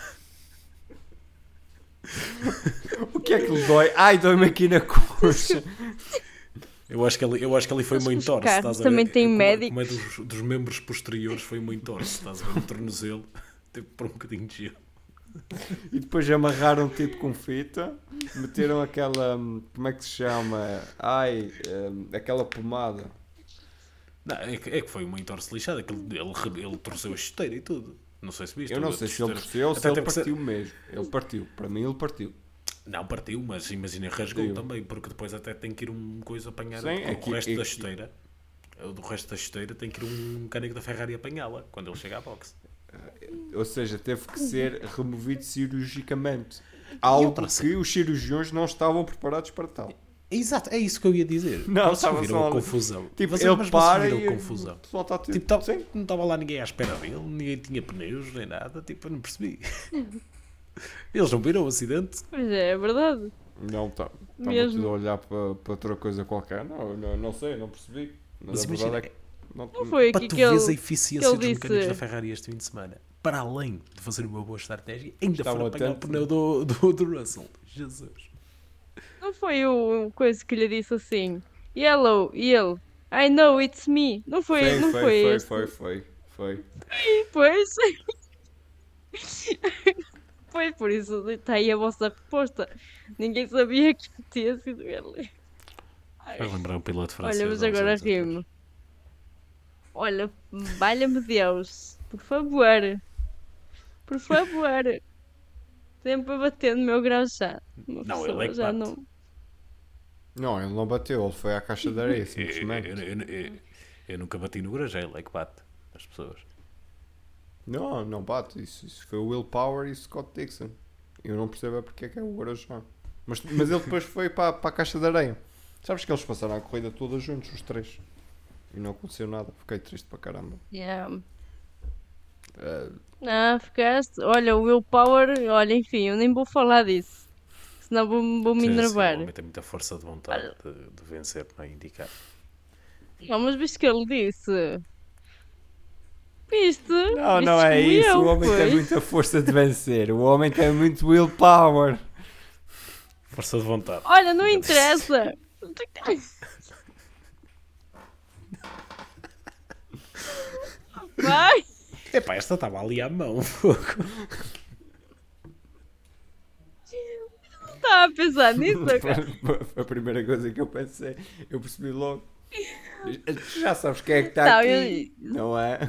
O que é que lhe dói? Ai, dói-me aqui na coxa. Eu acho que ali, eu acho que ali foi Acho uma que os entorse. carros Estás a ver? também têm Como- médicos. Como é dos, dos membros posteriores foi uma entorse. Estás a ver? O tornozelo teve por um bocadinho de gelo. E depois amarraram tipo com fita, meteram aquela, hum, como é que se chama? Ai, hum, aquela pomada. Não, é, que, é que foi uma entorse lixada. Que ele, ele, re- ele torceu a chuteira e tudo. Não sei se viste. Eu não a sei se ele chuteira- torceu ou se Até ele teve que ser- partiu mesmo. Ele partiu, para mim ele partiu. Não, partiu, mas imagina, rasgou Partiu. também, porque depois até tem que ir um coisa apanhar Sim, o, é que- resto é da que- chuteira. O do resto da chuteira tem que ir um mecânico da Ferrari apanhá-la quando ele chega à boxe. Ou seja, teve que ser removido cirurgicamente. Algo outra que os cirurgiões não estavam preparados para tal. Exato, é isso que eu ia dizer. Não, Vocês estava viram só a ali. confusão. Tipo, Vocês- ele mas para vocês e viram a confusão. o pessoal está tipo... Tipo, tá- Sim. não estava lá ninguém à espera dele, ninguém tinha pneus nem nada, tipo, eu não percebi. Eles não viram o acidente? Pois é, é verdade. Não, tá. Estava Mesmo. tudo a olhar para, para outra coisa qualquer. Não, não, não sei, não percebi. Mas, Mas a imagina, verdade é que... Não, Não foi para aqui tu que veres a ele... eficiência que dos ele mecânicos disse- da Ferrari este fim de semana, para além de fazer uma boa estratégia, ainda Estavam foram apanhar o atentos. pneu do, do, do Russell. Jesus. Não foi o o coisa que lhe disse assim. Yellow, e ele. I know, it's me. Não foi, Foi, não foi, foi, foi, este. foi, foi, foi. Pois. Foi por isso. Está aí a vossa resposta. Ninguém sabia que tinha sido ele. Ai. Vai lembrar um piloto francês. Olha, mas há uns agora anos atrás. rimo. Olha, valha-me Deus. Por favor. Por favor. Sempre a bater no meu grau já. Uma Não, pessoa ele é que já bate. não. Não, ele não bateu, ele foi à caixa de areia, Eu, eu, simplesmente. eu, eu, eu nunca bati no grajeiro, é que bate as pessoas. Não, não bate. Isso, isso foi o Will Power e Scott Dixon. Eu não percebo é porque é que é o Grosjean. Mas, mas ele depois foi para, para a caixa de areia. Sabes que eles passaram a corrida todas juntos, os três. E não aconteceu nada. Fiquei triste para caramba. Yeah. Eh, Ah, ficaste. Olha, o willpower. Olha, enfim, eu nem vou falar disso. Senão vou- vou-me Sim, sim, enervar. o homem tem muita força de vontade de, de vencer, não é indicar. Não, mas viste que ele disse? Viste? não, Viste não é como isso. eu, O homem tem pois. muita força de vencer. O homem tem muito Will Power. Força de vontade. Olha, não interessa. Vai. Epá, esta estava ali à mão. fogo. Estava a pensar nisso agora. Foi a primeira coisa que eu pensei. Eu percebi logo. Tu já sabes quem é que está Não, aqui. eu- Não é?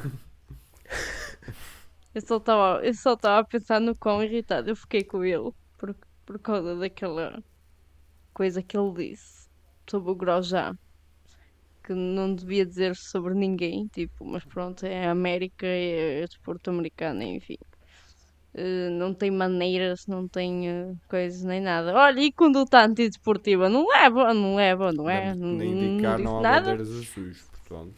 Eu só estava eu só estava a pensar no quão irritado eu fiquei com ele por, por causa daquela coisa que ele disse sobre o Grosjean. Que não devia dizer sobre ninguém, tipo, mas pronto, é a América, é, é desporto americano, enfim. Eh, não tem maneiras, não tem eh, coisas nem nada. Olha, e conduta antidesportiva? Não leva, não leva, não é? Nem, Não, nem não indicar disse não há nada. bandeiras azuis, portanto.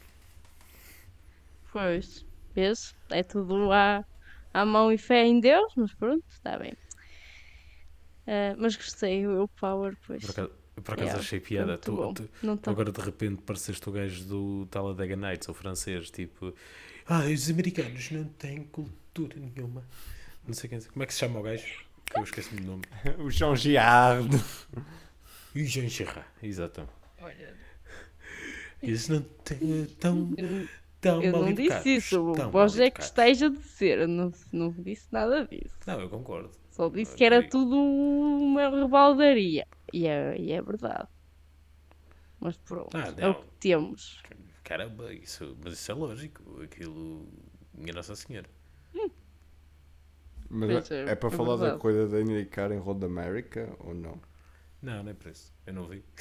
Pois, vês? É tudo à, à mão e fé em Deus, mas pronto, está bem. Eh, mas gostei, o Power, pois. Por acaso, por acaso Yeah, achei foi piada. muito Tu, bom. tu- Não tu tá. agora de repente pareceste o gajo do Talladega Nights, o francês, tipo, ah, os americanos não têm cultura nenhuma. Não sei quem, como é que se chama o gajo? Que eu esqueci-me do nome. O João Giard. E o Jean Girard, exato. Eles não têm tão, tão Eu mal não disse educados, isso, tão o mal Vós é que educados. esteja a dizer, eu não, não disse nada disso. Não, eu concordo. Só disse Eu que era digo. tudo uma rebaldaria. E é, e é verdade. Mas pronto, Ah, é o não. que temos. Caramba, isso, mas isso é lógico. Aquilo, minha Nossa Senhora. Mas Pois é, é, é para é falar da verdade. coisa da indicar em Road America ou não? Não, não é por isso. Eu não vi.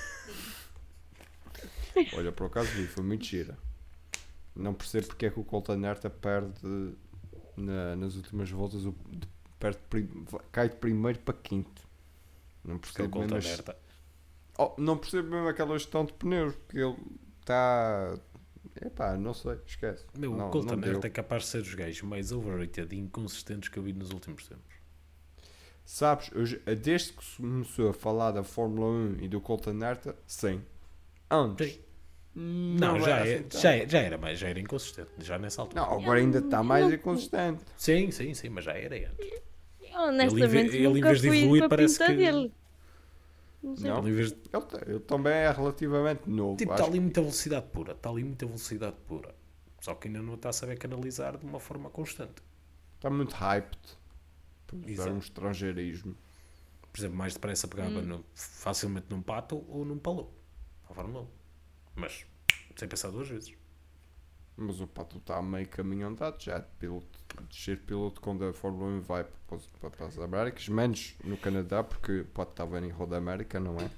Olha, por acaso vi, foi muito gira. Não percebo porque é que o Colton Herta perde na- nas últimas voltas, o, de- perde, prim- cai de primeiro para quinto. Não Porque ele percebo mesmo, conta as- aberta. oh, não percebo mesmo aquela gestão de pneus, porque ele está. Epá, não sei, esquece. Meu, não, o Colton não deu. Herta é capaz de ser dos gajos mais overrated e inconsistentes que eu vi nos últimos tempos. Sabes, eu já- desde que se começou a falar da Fórmula um e do Colton Herta, sim. Antes. Sim. Não, já, era é, assim tanto. já, é- já era mais, já era inconsistente, já nessa altura. Não, agora ainda está mais inconsistente. Sim, sim, sim, mas já era antes. Eu, honestamente, ele, em nunca vez de fui evoluir, para a parece pinta que- dele. Não sei. Não. Ele, em vez de- Ele, te- ele também é relativamente novo. tipo, acho está ali muita velocidade pura, está ali muita velocidade pura. Só que ainda não está a saber canalizar de uma forma constante. que está muito hyped. Por usar Exato. um estrangeirismo. Por exemplo, mais depressa pegava Hum. no- facilmente num pato ou num palou. A Fórmula um. Mas, sem pensar duas vezes. Mas o Pato está a meio caminho andado já de piloto, de ser piloto quando a Fórmula um vai para, os- para, para as Américas, menos no Canadá, porque o Pato estava em Road América, não é?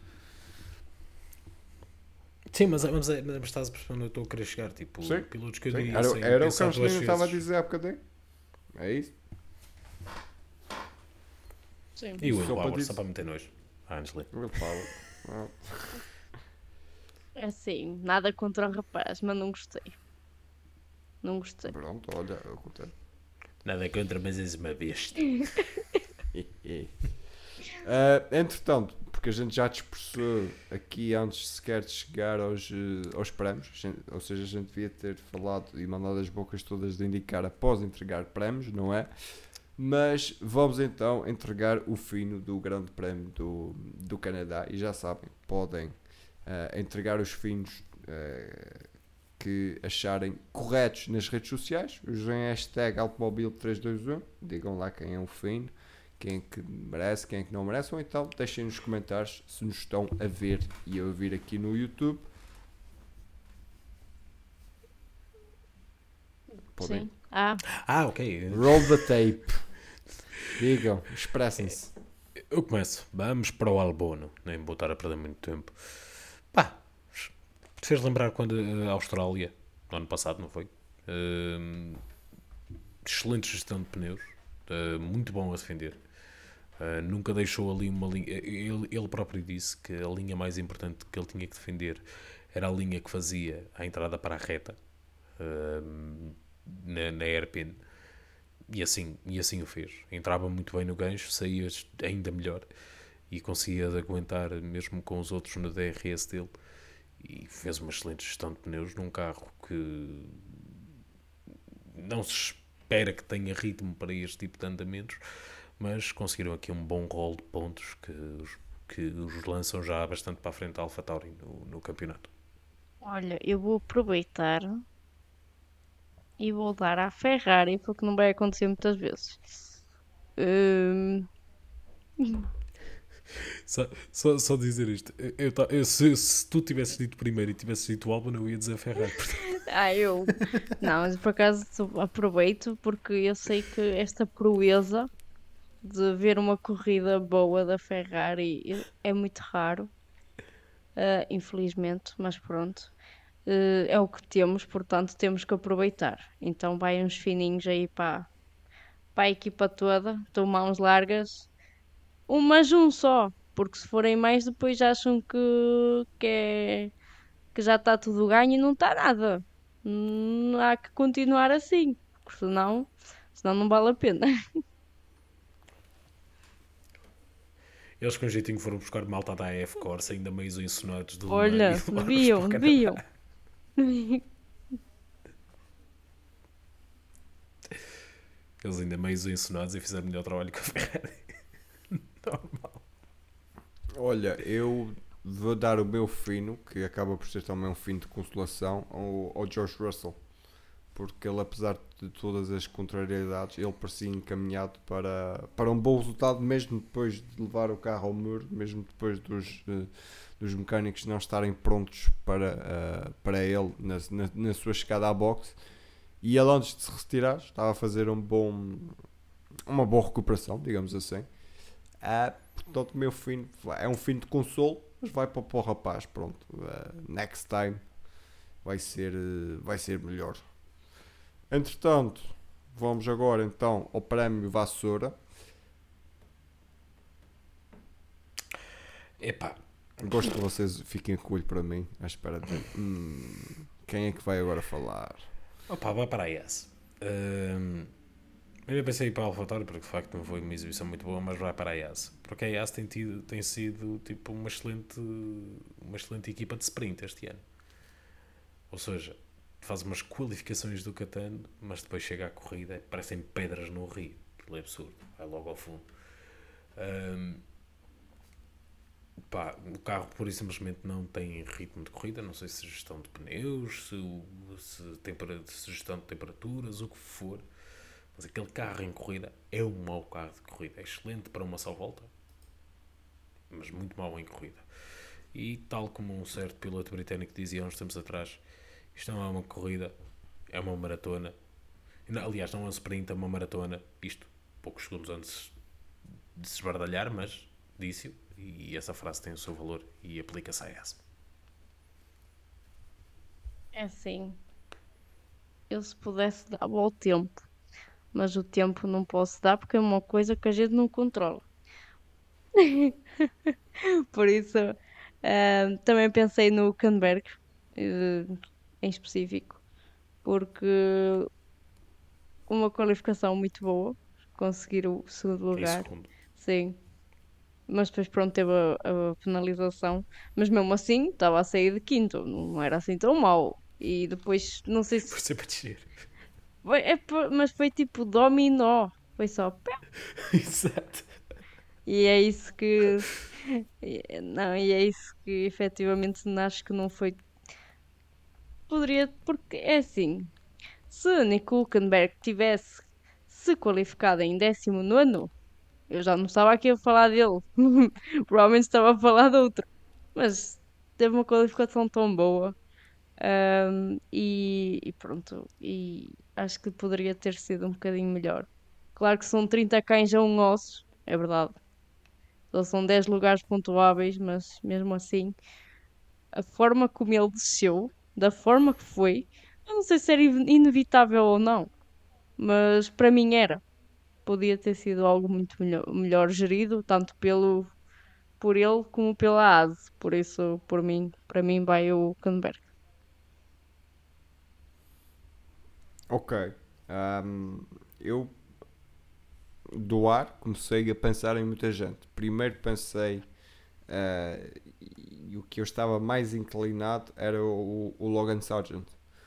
Sim, mas, mas, mas, mas estás a perceber onde eu estou a querer chegar. Tipo, Sim, pilotos que eu Sim, diria Era, sem era o que pensar a duas Angelina estava a vezes. dizer há bocadinho. É isso? Sim. E o Will Só para Power, dizer- só para meter nojo. Ah, Angelim. Will Power. Ah, É assim, nada contra o rapaz, mas não gostei. Não gostei. pronto, olha, eu contei. Nada contra, mas és uma besta. Ah, entretanto, porque a gente já dispersou aqui antes sequer de chegar aos, eh, aos prémios, a gente- ou seja, a gente devia ter falado e mandado as bocas todas de indicar após entregar prémios, não é? Mas vamos então entregar o fino do Grande Prémio do, do Canadá e já sabem, podem ah, entregar os finos ah, que acharem corretos nas redes sociais, usem a hashtag Automobile três dois um, digam lá quem é o fino, quem é que merece, quem é que não merece, ou então deixem nos comentários se nos estão a ver e a ouvir aqui no YouTube. Podem. Sim. Ah, Ah, ok. Roll the tape. Digam, expressem-se. Eu começo. Vamos para o Albono. Nem vou estar a perder muito tempo. Pá, fez lembrar quando a Austrália, no ano passado, não foi? Hum, excelente gestão de pneus. Uh, muito bom a defender. Uh, nunca deixou ali uma linha. Ele, ele próprio disse que a linha mais importante que ele tinha que defender era a linha que fazia a entrada para a reta uh, na, na hairpin. E assim, e assim o fez. Entrava muito bem no gancho, saía ainda melhor e conseguia aguentar mesmo com os outros no D R S dele. E fez uma excelente gestão de pneus num carro que não se espera que tenha ritmo para este tipo de andamentos, mas conseguiram aqui um bom rol de pontos que os, que os lançam já bastante para a frente da AlphaTauri no, no campeonato. olha, eu vou aproveitar e vou dar à Ferrari, porque não vai acontecer muitas vezes. Hum, Só, só, só dizer isto, eu, eu, ta- eu- se, se tu tivesses dito primeiro e tivesses dito o Albon, eu ia dizer Ferrari. ah, eu. Não, mas por acaso aproveito porque eu sei que esta proeza de ver uma corrida boa da Ferrari é muito raro, ah, infelizmente, mas pronto. Eh, é o que temos, portanto temos que aproveitar. Então vai uns fininhos aí para, para a equipa toda, estou mãos largas, um mas um só, porque se forem mais depois acham que, que, é, que já está tudo ganho e não está nada. Hum, há que continuar assim, porque senão, senão não vale a pena. Eles com um jeitinho foram buscar malta da A F Corsa, ainda meios ensonados do meio, Olha, e levaram-nos deviam, para o Canadá. deviam. Eles ainda meios ensonados e fizeram melhor trabalho que a Ferrari. Normal. Olha, eu vou dar o meu fino, que acaba por ser também um fino de consolação, ao, ao George Russell. Porque ele, apesar de todas as contrariedades, ele parecia encaminhado para, para um bom resultado, mesmo depois de levar o carro ao muro, mesmo depois dos, eh, dos mecânicos não estarem prontos para, eh, para ele na, na, na sua chegada à boxe. E ele, antes de se retirar, estava a fazer um bom, uma boa recuperação, digamos assim. Ah, portanto, o meu fino é um fino de consolo, mas vai para, para o rapaz. Pronto, ah, next time vai ser, eh, vai ser melhor. Entretanto, vamos agora então ao prémio Vassoura. Epá, Gosto que vocês fiquem com o olho para mim, à espera de hum, quem é que vai agora falar. opa, vai para a Yas. Hum, eu pensei em ir para a AlphaTauri porque de facto não foi uma exibição muito boa, mas vai para a Yas. Porque a Yas tem, tido, tem sido tipo, uma, excelente, uma excelente equipa de sprint este ano. Ou seja, faz umas qualificações do Catano, mas depois chega à corrida, parecem pedras no rio. Aquilo é absurdo, vai logo ao fundo. Hum, pá, o carro pura e simplesmente não tem ritmo de corrida, não sei se gestão de pneus, se, o- se, tempera- se gestão de temperaturas, o que for, mas aquele carro em corrida é um mau carro de corrida, é excelente para uma só volta, mas muito mau em corrida. E tal como um certo piloto britânico dizia há uns tempos atrás, isto não é uma corrida, é uma maratona. Não, aliás, não é um sprint, é uma maratona, isto poucos segundos antes de se esbardalhar, mas disse-o. E essa frase tem o seu valor e aplica-se a essa. É assim, eu se pudesse dava ao tempo, mas o tempo não posso dar porque é uma coisa que a gente não controla. Por isso, ah, também pensei no Canberg, eh, em específico, porque uma qualificação muito boa, conseguir o segundo Em lugar, segundo. sim. Mas depois, pronto, teve a, a penalização. Mas mesmo assim, estava a sair de quinto, não era assim tão mau. E depois, não sei Foi se. sempre a descer. Foi, é, po- mas foi tipo dominó. Foi só. Pé. Exato. E é isso que. e- Não, e é isso que efetivamente acho que não foi. Poderia. Porque é assim. Se Nico Hülkenberg tivesse se qualificado em décimo nono, eu já não estava aqui a falar dele. Provavelmente estava a falar de outro. Mas teve uma qualificação tão boa. ahm, e, e pronto. E acho que poderia ter sido um bocadinho melhor. Claro que são trinta cães a um osso, é verdade. Só são dez lugares pontuáveis, mas mesmo assim, a forma como ele desceu, da forma que foi, eu não sei se era in- inevitável ou não, mas para mim era. Podia ter sido algo muito melhor, melhor gerido, tanto pelo, por ele como pela ASE. Por isso, por mim, para mim vai o Canberra. Ok. Ahm, eu do ar comecei a pensar em muita gente. Primeiro pensei, ah, e o que eu estava mais inclinado era o, o Logan Sargent.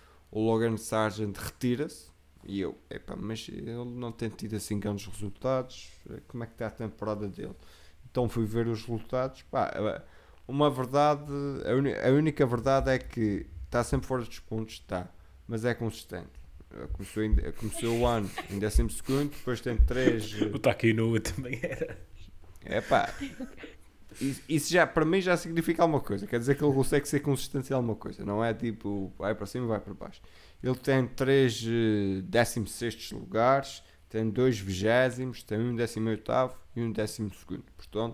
O Logan Sargent retira-se e eu, epá, mas ele não tem tido assim grandes resultados. Como é que está a temporada dele? Então fui ver os resultados. Pá, uma verdade, a, uni- a única verdade é que está sempre fora dos pontos, está, mas é consistente. Começou, em- começou o ano em décimo segundo, depois tem três. O Takinoa também era. É pá, isso, isso já para mim já significa alguma coisa. Quer dizer que ele consegue ser consistente em alguma coisa. Não é tipo vai para cima e vai para baixo. Ele tem três eh, décimo sextos lugares, tem dois vigésimos, tem um décimo oitavo e um décimo segundo. Portanto,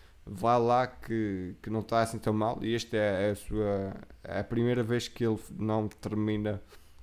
vá lá que, que não está assim tão mal. E esta é a sua é a primeira vez que ele não termina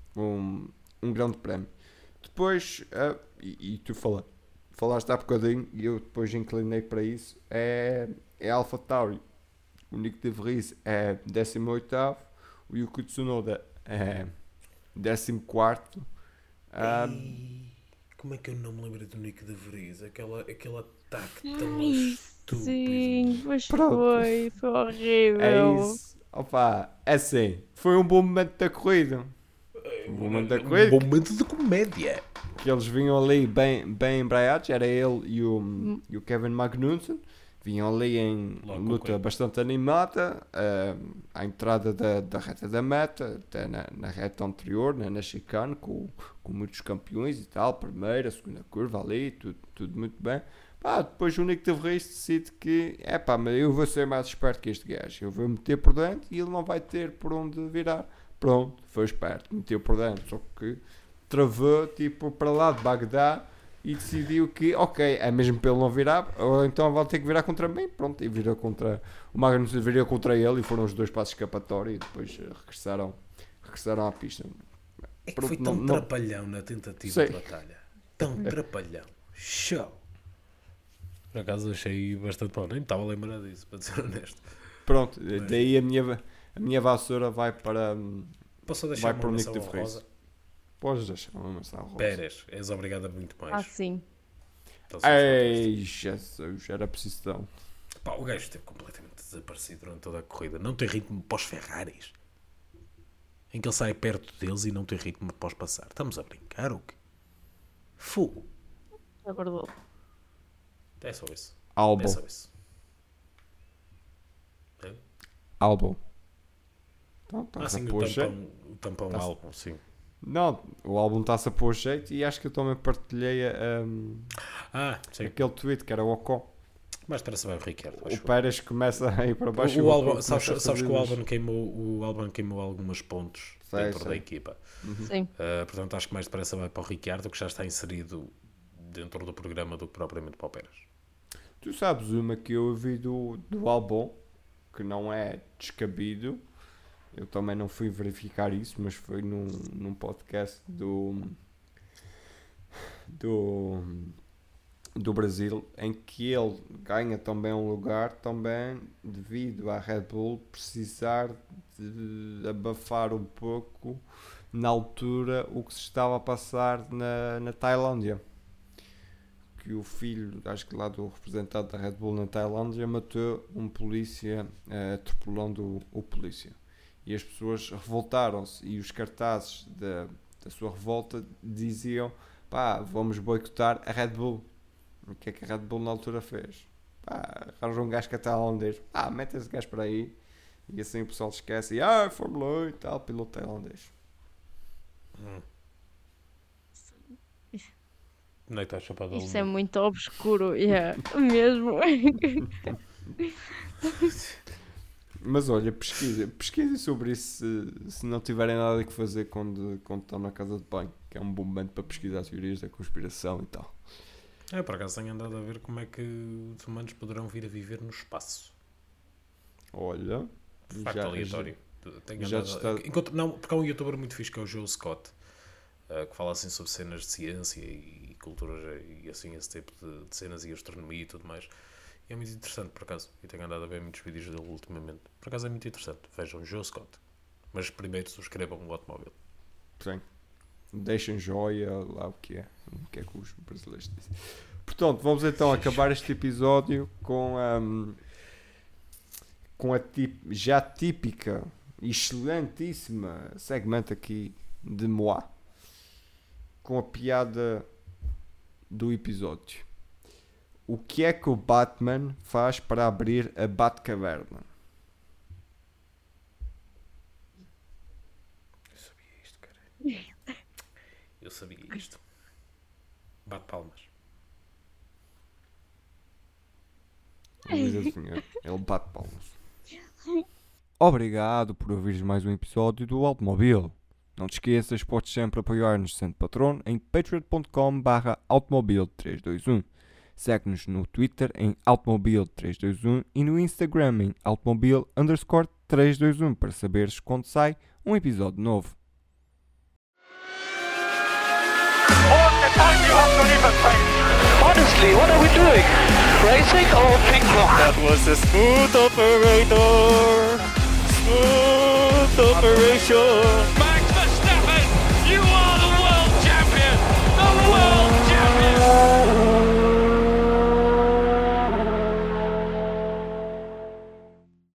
um, um grande prémio. Depois, ah, e, e tu fala, falaste há bocadinho e eu depois inclinei para isso, é, é Alpha Tauri. O Nick de Vries é décimo oitavo, o Yuki Tsunoda é décimo quarto. Ah, Ei, como é que eu não me lembro do Nick de Vries? Aquela, aquele ataque tão Ai, estúpido. sim, pois Pronto, foi, foi é horrível. isso. Opa, é assim, foi um bom momento da corrida. Foi um bom momento da Um corrida. bom momento de comédia. Que eles vinham ali bem, bem embreados, era ele e o, Hum, e o Kevin Magnussen, vinham ali em Logo luta com quem? bastante animada, ah, à entrada da, da reta da meta, até na, na reta anterior, né, na chicane, com, com muitos campeões e tal, primeira, segunda curva ali, tudo, tudo muito bem. Pá, depois o Nick de Vries decide que, é pá, mas eu vou ser mais esperto que este gajo, eu vou meter por dentro e ele não vai ter por onde virar. Pronto, foi esperto, meteu por dentro, só que travou tipo para lá de Bagdá e decidiu que, ok, é mesmo para ele não virar, ou então vai ter que virar contra mim, pronto, e virou contra o Magnus, virou contra ele e foram os dois passos escapatórios e depois eh, regressaram, regressaram à pista. É que Pronto, foi não- tão não- trapalhão na tentativa Sei. de batalha. Tão trapalhão. Show. Por acaso achei bastante bom. Nem me estava a lembrar disso, para ser honesto. Pronto, daí a minha, a minha vassoura vai para, hum, Posso deixar vai uma para o Nick menção de Vries. honrosa? Podes deixar uma maçã rosa. Pérez, és obrigado a muito Ah, mais. sim. Então, só falta isto. Ei, Jesus, era preciso tão. Pá, o gajo esteve completamente desaparecido durante toda a corrida. Não tem ritmo para os Ferraris. Em que ele sai perto deles e não tem ritmo para os passar. Estamos a brincar ou quê? Fogo. É verdade. É só isso. Albon. É só isso. É? Álbum. Então, Ah, está-se sim, a o pôr jeito. tampão, o tampão Tá-se- álbum, sim. Não, o álbum está-se a pôr jeito e acho que eu também partilhei um, Ah, sim. aquele tweet que era o Ocon. Mais depressa vai o Ricardo. O Pérez começa a ir para baixo. O, e o Ocon Albon, começa a sabes, sabes que o fazer Albon queimou, o Albon queimou algumas pontos Sei, dentro sei. da equipa. Sim. Uh, portanto, acho que mais depressa vai para o Ricardo, que já está inserido dentro do programa do que propriamente para o Pérez. Tu sabes uma que eu ouvi do, do Albon, que não é descabido. Eu também não fui verificar isso, mas foi num, num podcast do do, do Brasil, em que ele ganha também um lugar também devido à Red Bull precisar de abafar um pouco na altura o que se estava a passar na, na Tailândia, que o filho, acho que lá do representante da Red Bull na Tailândia, matou um polícia uh, atropelando o, o polícia, e as pessoas revoltaram-se e os cartazes da, da sua revolta diziam: pá, vamos boicotar a Red Bull. O que é que a Red Bull na altura fez? Pá, arranjou um gajo que é tailandês, ah, mete esse gajo para aí, e assim o pessoal esquece, e ah, Fórmula um e tal, piloto tailandês. Hum. Onde é que está chapado Isso é muito obscuro, yeah, mesmo. Mas olha, pesquisa, pesquisa sobre isso se, se não tiverem nada que fazer quando, quando estão na casa de banho, que é um bom momento para pesquisar teorias da conspiração e tal. É, por acaso tenho andado a ver como é que os humanos poderão vir a viver no espaço. Olha, Facto já, aleatório. Tenho já andado está- a... Encontro... Não, porque há um youtuber muito fixe que é o Joe Scott, uh, que fala assim sobre cenas de ciência e culturas e assim, esse tipo de, de cenas e astronomia e tudo mais. E é muito interessante, por acaso. E tenho andado a ver muitos vídeos dele ultimamente. Por acaso é muito interessante. Vejam Joe Scott. Mas primeiro subscrevam o automóvel. sim, deixem joia lá o que é, o que é que os brasileiros dizem. Portanto, vamos então acabar este episódio com a, com a tip, já típica e excelentíssima segmento aqui de Moá, com a piada do episódio. O que é que o Batman faz para abrir a Batcaverna? Eu sabia isto, cara. Eu sabia isto. Bate palmas. Luís adivinhou. Ele bate palmas. Obrigado por ouvires mais um episódio do Automóvel. Não te esqueças, podes sempre apoiar-nos sendo patrono em patreon ponto com barra automobil três dois um. Segue-nos no Twitter em automobil três dois um e no Instagram em automobil underscore três dois um para saberes quando sai um episódio novo. Honestly, what are we doing? Racing or ping pong? That was a smooth operator. Smooth operation.